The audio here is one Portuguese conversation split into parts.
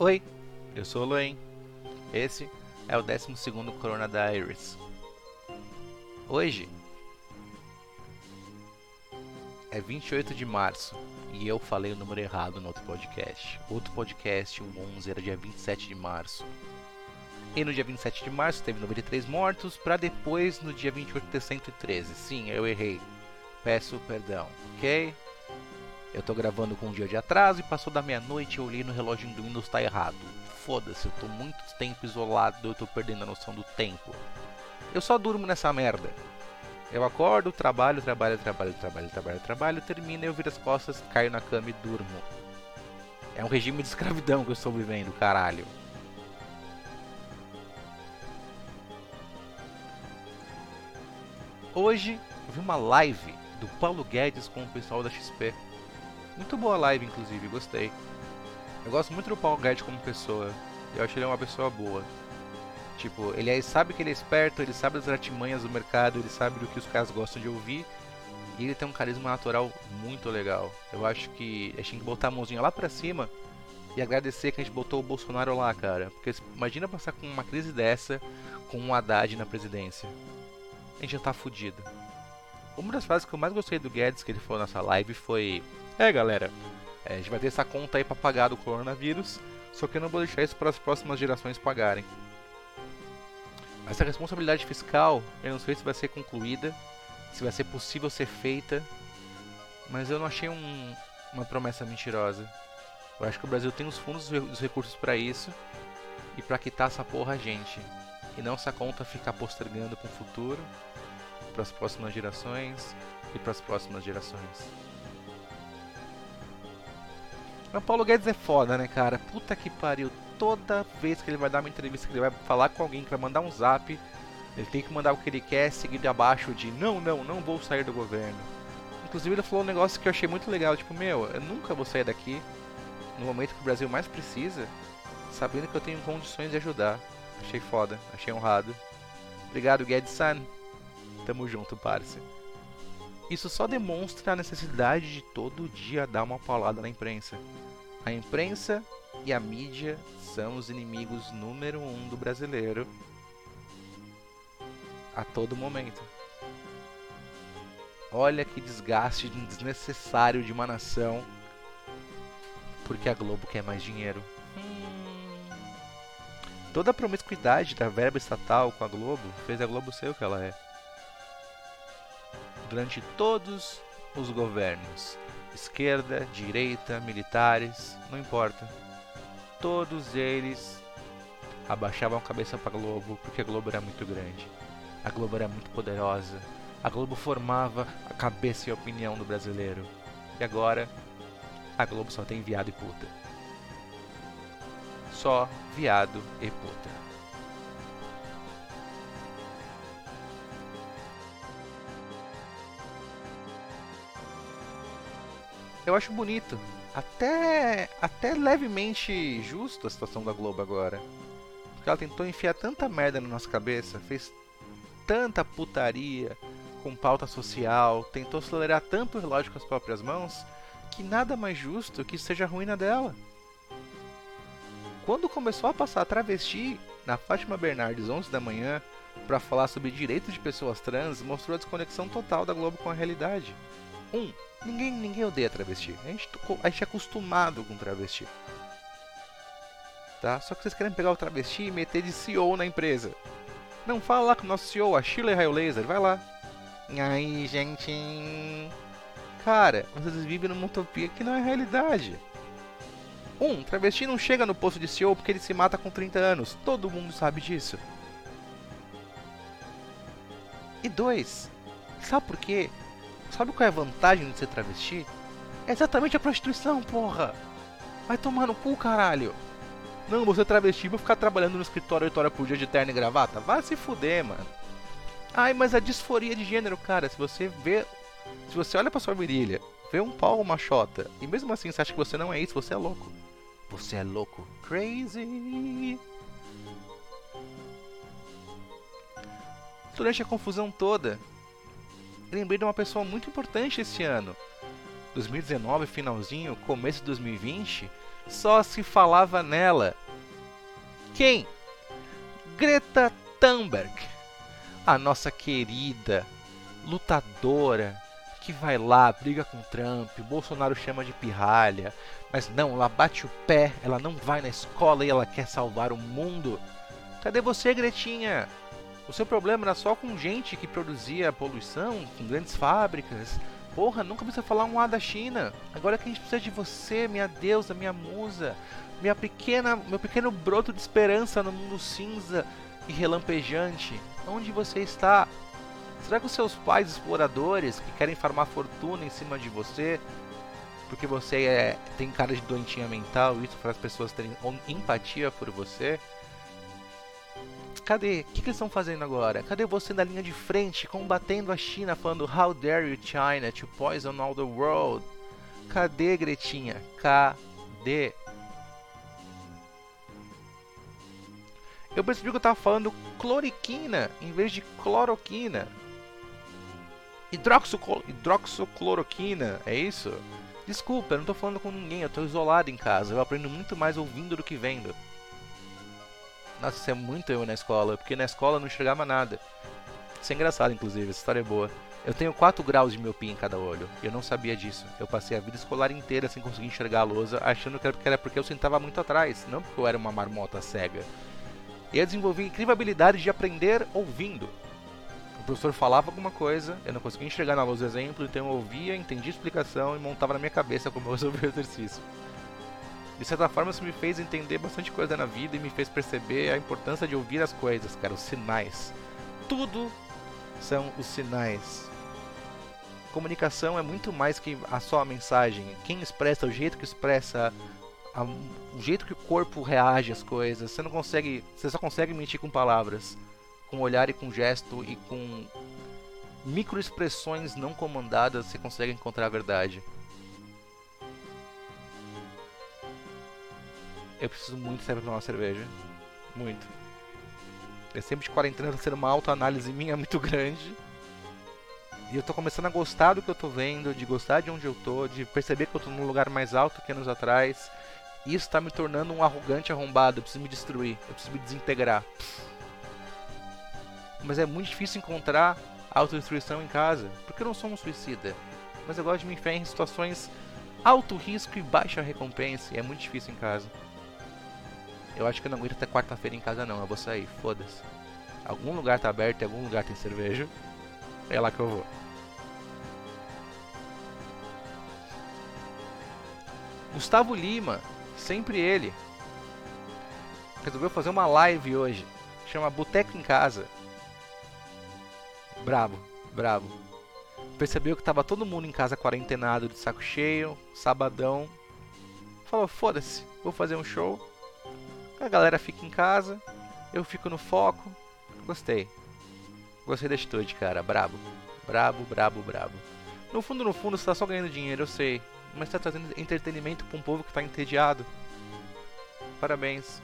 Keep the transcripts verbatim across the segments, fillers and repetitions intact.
Oi, eu sou o Loen. Esse é o décimo segundo Corona Diaries. Hoje é vinte e oito de março e eu falei o número errado no outro podcast. Outro podcast, o onze, era dia vinte e sete de março. E no dia vinte e sete de março teve noventa e três mortos, pra depois no dia vinte e oito ter cento e treze. Sim, eu errei. Peço perdão, ok? Eu tô gravando com um dia de atraso e passou da meia-noite e eu olhei no relógio do Windows, tá errado. Foda-se, eu tô muito tempo isolado, eu tô perdendo a noção do tempo. Eu só durmo nessa merda. Eu acordo, trabalho, trabalho, trabalho, trabalho, trabalho, trabalho, termino, eu viro as costas, caio na cama e durmo. É um regime de escravidão que eu estou vivendo, caralho. Hoje eu vi uma live do Paulo Guedes com o pessoal da X P. Muito boa live, inclusive, gostei. Eu gosto muito do Paulo Guedes como pessoa. Eu acho ele uma pessoa boa. Tipo, ele é, sabe que ele é esperto, ele sabe das artimanhas do mercado, ele sabe do que os caras gostam de ouvir. E ele tem um carisma natural muito legal. Eu acho que a gente tem que botar a mãozinha lá pra cima e agradecer que a gente botou o Bolsonaro lá, cara. Porque imagina passar com uma crise dessa com um Haddad na presidência. A gente já tá fudido. Uma das frases que eu mais gostei do Guedes que ele falou nessa live foi: É galera, é, a gente vai ter essa conta aí pra pagar do coronavírus, só que eu não vou deixar isso para as próximas gerações pagarem. Essa responsabilidade fiscal, eu não sei se vai ser concluída, se vai ser possível ser feita, mas eu não achei um, uma promessa mentirosa. Eu acho que o Brasil tem os fundos e os recursos para isso e para quitar essa porra a gente. E não essa conta ficar postergando para o futuro, para as próximas gerações e para as próximas gerações. Mas o Paulo Guedes é foda, né, cara? Puta que pariu. Toda vez que ele vai dar uma entrevista, que ele vai falar com alguém, que vai mandar um zap, ele tem que mandar o que ele quer, seguido abaixo de não, não, não vou sair do governo. Inclusive ele falou um negócio que eu achei muito legal, tipo, meu, eu nunca vou sair daqui no momento que o Brasil mais precisa, sabendo que eu tenho condições de ajudar. Achei foda, achei honrado. Obrigado, Guedes-san. Tamo junto, parça. Isso só demonstra a necessidade de todo dia dar uma paulada na imprensa. A imprensa e a mídia são os inimigos número um do brasileiro a todo momento. Olha que desgaste desnecessário de uma nação porque a Globo quer mais dinheiro. Hum. Toda a promiscuidade da verba estatal com a Globo fez a Globo ser o que ela é. Durante todos os governos, esquerda, direita, militares, não importa, todos eles abaixavam a cabeça para a Globo porque a Globo era muito grande, a Globo era muito poderosa, a Globo formava a cabeça e a opinião do brasileiro. E agora, a Globo só tem viado e puta. Só viado e puta. Eu acho bonito, até, até levemente justo a situação da Globo agora. Porque ela tentou enfiar tanta merda na nossa cabeça, fez tanta putaria com pauta social, tentou acelerar tanto o relógio com as próprias mãos, que nada mais justo que isso seja a ruína dela. Quando começou a passar a travesti na Fátima Bernardes onze da manhã para falar sobre direitos de pessoas trans, mostrou a desconexão total da Globo com a realidade. Um, ninguém, ninguém odeia travesti. A gente, a gente é acostumado com travesti. Tá? Só que vocês querem pegar o travesti e meter de C E O na empresa. Não, fala lá com o nosso C E O, a Shirley Raio Laser, vai lá. E aí, gente... Cara, vocês vivem numa utopia que não é realidade. Um, travesti não chega no posto de C E O porque ele se mata com trinta anos. Todo mundo sabe disso. E dois, sabe por quê? Sabe qual é a vantagem de ser travesti? É exatamente a prostituição, porra! Vai tomar no cu, caralho! Não, você é travesti, vou ficar trabalhando no escritório oito horas por dia de terno e gravata? Vai se fuder, mano! Ai, mas a disforia de gênero, cara, se você vê... Se você olha pra sua virilha, vê um pau ou uma chota, e mesmo assim você acha que você não é isso, você é louco. Você é louco. Crazy! Durante a confusão toda, lembrei de uma pessoa muito importante esse ano. dois mil e dezenove, finalzinho, começo de dois mil e vinte, Só se falava nela. Quem? Greta Thunberg. A nossa querida lutadora que vai lá, briga com Trump, Bolsonaro chama de pirralha, mas não, ela bate o pé, ela não vai na escola e ela quer salvar o mundo. Cadê você, Gretinha? O seu problema era só com gente que produzia poluição, com grandes fábricas. Porra, nunca precisa falar um A da China. Agora que a gente precisa de você, minha deusa, minha musa, minha pequena, meu pequeno broto de esperança no mundo cinza e relampejante. Onde você está? Será que os seus pais exploradores que querem farmar fortuna em cima de você, porque você é, tem cara de doentinha mental, isso faz as pessoas terem empatia por você? Cadê? O que, que eles estão fazendo agora? Cadê você na linha de frente, combatendo a China, falando How dare you China to poison all the world? Cadê, Gretinha? Cadê? Eu percebi que eu estava falando cloriquina em vez de cloroquina. Hidroxicloroquina, é isso? Desculpa, eu não tô falando com ninguém, eu tô isolado em casa. Eu aprendo muito mais ouvindo do que vendo. Nossa, isso é muito eu na escola, porque na escola eu não enxergava nada. Isso é engraçado, inclusive, essa história é boa. Eu tenho quatro graus de miopia em cada olho, e eu não sabia disso. Eu passei a vida escolar inteira sem conseguir enxergar a lousa, achando que era porque eu sentava muito atrás, não porque eu era uma marmota cega. E eu desenvolvi a incrível habilidade de aprender ouvindo. O professor falava alguma coisa, eu não conseguia enxergar na luz do exemplo, então eu ouvia, entendia a explicação e montava na minha cabeça como eu resolvia o exercício. De certa forma isso me fez entender bastante coisa na vida e me fez perceber a importância de ouvir as coisas, cara, os sinais. Tudo são os sinais. Comunicação é muito mais que a só a mensagem. Quem expressa, o jeito que expressa, a, o jeito que o corpo reage às coisas. Você não consegue, você só consegue mentir com palavras. Com olhar e com gesto e com microexpressões não comandadas você consegue encontrar a verdade. Eu preciso muito sempre tomar uma cerveja. Muito. Esse tempo de quarentena tá sendo uma autoanálise minha muito grande. E eu tô começando a gostar do que eu tô vendo, de gostar de onde eu tô, de perceber que eu tô num lugar mais alto que anos atrás. E isso tá me tornando um arrogante arrombado. Eu preciso me destruir, eu preciso me desintegrar. Mas é muito difícil encontrar autodestruição em casa, porque eu não sou um suicida. Mas eu gosto de me enfiar em situações alto risco e baixa recompensa, e é muito difícil em casa. Eu acho que eu não aguento até quarta-feira em casa não, eu vou sair, foda-se. Algum lugar tá aberto e algum lugar tem cerveja, é lá que eu vou. Gustavo Lima, sempre ele, resolveu fazer uma live hoje, chama Boteco em Casa. Brabo, brabo. Percebeu que tava todo mundo em casa quarentenado, de saco cheio, sabadão. Falou, foda-se, vou fazer um show. A galera fica em casa, eu fico no foco. Gostei. Gostei da atitude, cara, brabo. Brabo, brabo, brabo. No fundo, no fundo, você tá só ganhando dinheiro, eu sei. Mas tá trazendo entretenimento pra um povo que tá entediado. Parabéns.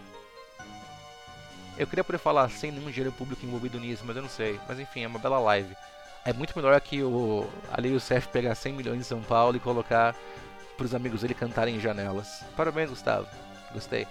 Eu queria poder falar sem nenhum dinheiro público envolvido nisso, mas eu não sei. Mas enfim, é uma bela live. É muito melhor que o ali o Cef pegar cem milhões em São Paulo e colocar pros amigos dele cantarem em janelas. Parabéns, Gustavo. Gostei.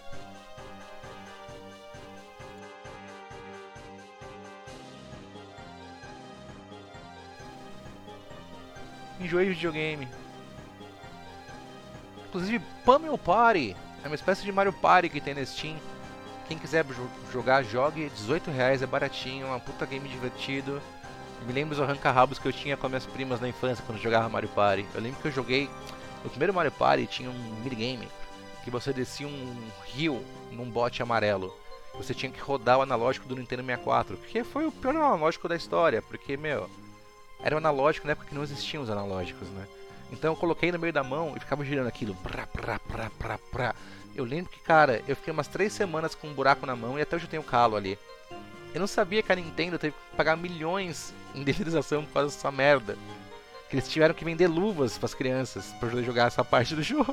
Enjoei de videogame. Inclusive, Pummel Party é uma espécie de Mario Party que tem na Steam. Quem quiser jogar, jogue. dezoito reais, é baratinho, é uma puta game divertido. Me lembro os arranca-rabos que eu tinha com as minhas primas na infância quando jogava Mario Party. Eu lembro que eu joguei... No primeiro Mario Party tinha um minigame que você descia um rio num bote amarelo. Você tinha que rodar o analógico do Nintendo sessenta e quatro, que foi o pior analógico da história, porque, meu... Era um analógico na época que não existiam os analógicos, né? Então eu coloquei no meio da mão e ficava girando aquilo. Pra, pra, pra, pra, pra. Eu lembro que, cara, eu fiquei umas três semanas com um buraco na mão e até hoje eu tenho calo ali. Eu não sabia que a Nintendo teve que pagar milhões em indenização por causa dessa merda. Que eles tiveram que vender luvas pras crianças pra poder jogar essa parte do jogo.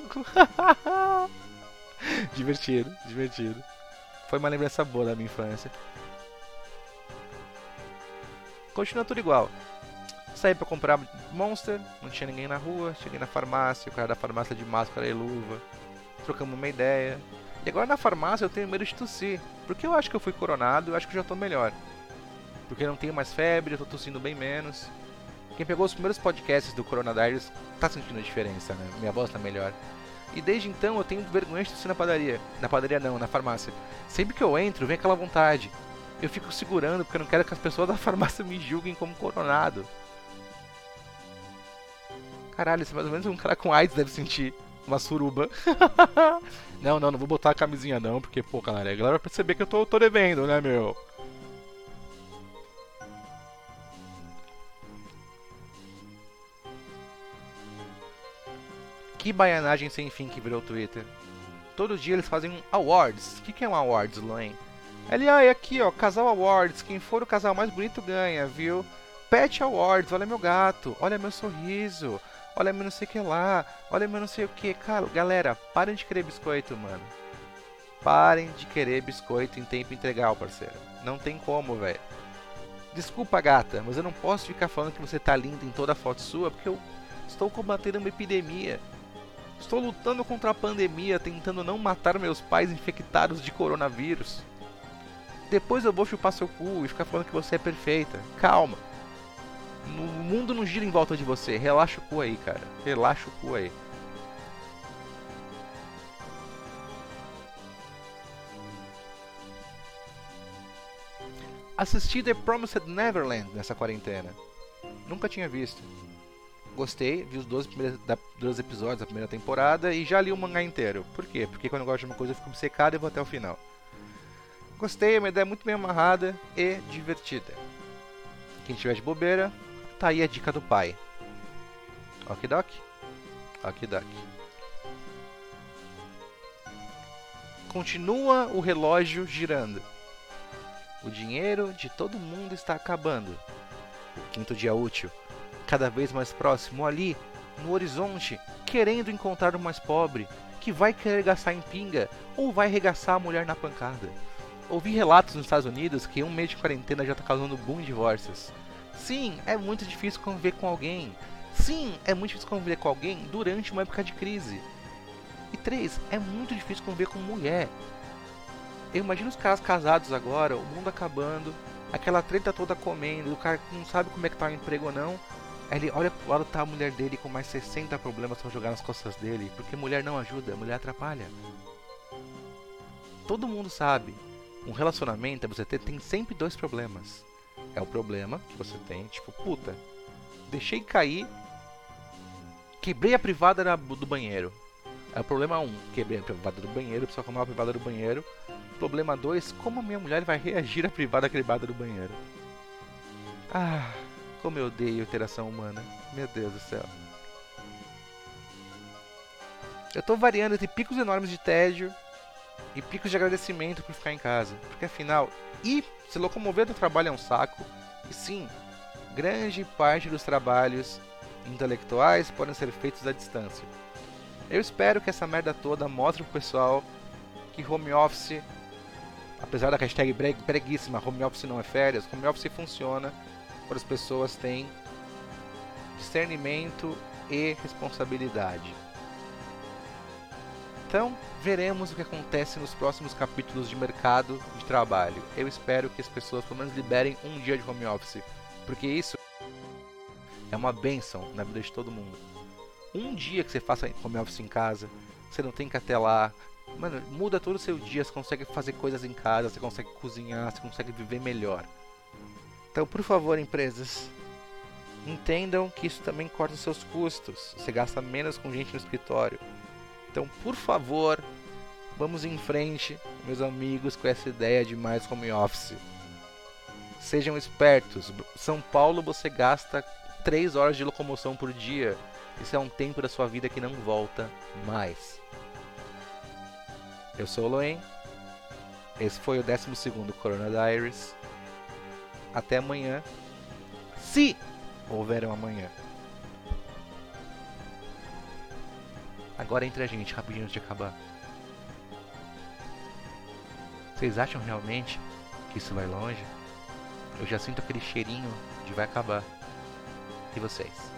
Divertido, divertido. Foi uma lembrança boa da minha infância. Continua tudo igual. Saí pra comprar Monster, não tinha ninguém na rua, cheguei na farmácia, o cara da farmácia de máscara e luva. trocamos uma ideia. E agora na farmácia eu tenho medo de tossir, porque eu acho que eu fui coronado, eu acho que eu já tô melhor. Porque eu não tenho mais febre, eu tô tossindo bem menos. Quem pegou os primeiros podcasts do Coronadiris tá sentindo a diferença, né? Minha voz tá melhor. E desde então eu tenho vergonha de tossir na padaria. Na padaria não, na farmácia. Sempre que eu entro, vem aquela vontade. Eu fico segurando porque eu não quero que as pessoas da farmácia me julguem como coronado. Caralho, isso é mais ou menos um cara com AIDS deve sentir. Uma suruba. Não, não, não vou botar a camisinha não, porque, pô, cara, a galera vai perceber que eu tô, tô devendo, né, meu? Que baianagem sem fim que virou o Twitter. Todo dia eles fazem um awards. O que, que é um awards, Loen? Ele, ah, é aqui, ó, casal awards. Quem for o casal mais bonito ganha, viu? Pet awards, olha meu gato, olha meu sorriso, olha meu não sei o que lá, olha meu não sei o que. Cara, galera, parem de querer biscoito, mano. Parem de querer biscoito em tempo integral, parceiro. Não tem como, velho. Desculpa, gata, mas eu não posso ficar falando que você tá linda em toda foto sua, porque eu estou combatendo uma epidemia. Estou lutando contra a pandemia, tentando não matar meus pais infectados de coronavírus. Depois eu vou chupar seu cu e ficar falando que você é perfeita. Calma. O mundo não gira em volta de você. Relaxa o cu aí, cara. Relaxa o cu aí. Assisti The Promised Neverland nessa quarentena. Nunca tinha visto. Gostei, vi os doze, primeiros, da, doze episódios da primeira temporada e já li o mangá inteiro. Por quê? Porque quando eu gosto de uma coisa eu fico obcecado e vou até o final. Gostei, é uma ideia muito bem amarrada e divertida. Quem tiver de bobeira, tá aí a dica do pai. Okidok? Okidok. Continua o relógio girando. O dinheiro de todo mundo está acabando. O quinto dia útil, cada vez mais próximo ali, no horizonte, querendo encontrar o mais pobre, que vai querer gastar em pinga ou vai regaçar a mulher na pancada. Ouvi relatos nos Estados Unidos que um mês de quarentena já está causando boom em divórcios. Sim, é muito difícil conviver com alguém. Sim, é muito difícil conviver com alguém durante uma época de crise. E três, é muito difícil conviver com mulher. Eu imagino os caras casados agora, o mundo acabando, aquela treta toda comendo, o cara não sabe como é que tá o emprego ou não. Aí ele olha pro lado, tá a mulher dele com mais sessenta problemas pra jogar nas costas dele, porque mulher não ajuda, mulher atrapalha. Todo mundo sabe, um relacionamento é você ter, tem sempre dois problemas. É o problema que você tem, tipo, puta, deixei cair, quebrei a privada da, do banheiro. É o problema um, quebrei a privada do banheiro, preciso arrumar a privada do banheiro. Problema dois, como a minha mulher vai reagir à privada quebrada do banheiro. Ah, como eu odeio interação humana. Meu Deus do céu. Eu tô variando entre picos enormes de tédio e picos de agradecimento por ficar em casa. Porque afinal, e se locomover do trabalho é um saco. E sim, grande parte dos trabalhos intelectuais podem ser feitos à distância. Eu espero que essa merda toda mostre pro pessoal que home office, apesar da hashtag preguíssima, home office não é férias, home office funciona quando as pessoas têm discernimento e responsabilidade. Então, veremos o que acontece nos próximos capítulos de mercado de trabalho. Eu espero que as pessoas pelo menos liberem um dia de home office, porque isso é uma bênção na vida de todo mundo. Um dia que você faça home office em casa, você não tem que ir até lá. Mano, muda todo o seu dia, você consegue fazer coisas em casa, você consegue cozinhar, você consegue viver melhor. Então, por favor, empresas, entendam que isso também corta os seus custos. Você gasta menos com gente no escritório. Então, por favor, vamos em frente, meus amigos, com essa ideia de mais home office. Sejam espertos. São Paulo você gasta três horas de locomoção por dia. Isso é um tempo da sua vida que não volta mais. Eu sou o Loen. Esse foi o décimo segundo Coronadiris. Até amanhã. Se houver um amanhã. Agora entre a gente, rapidinho antes de acabar. Vocês acham realmente que isso vai longe? Eu já sinto aquele cheirinho de vai acabar. E vocês?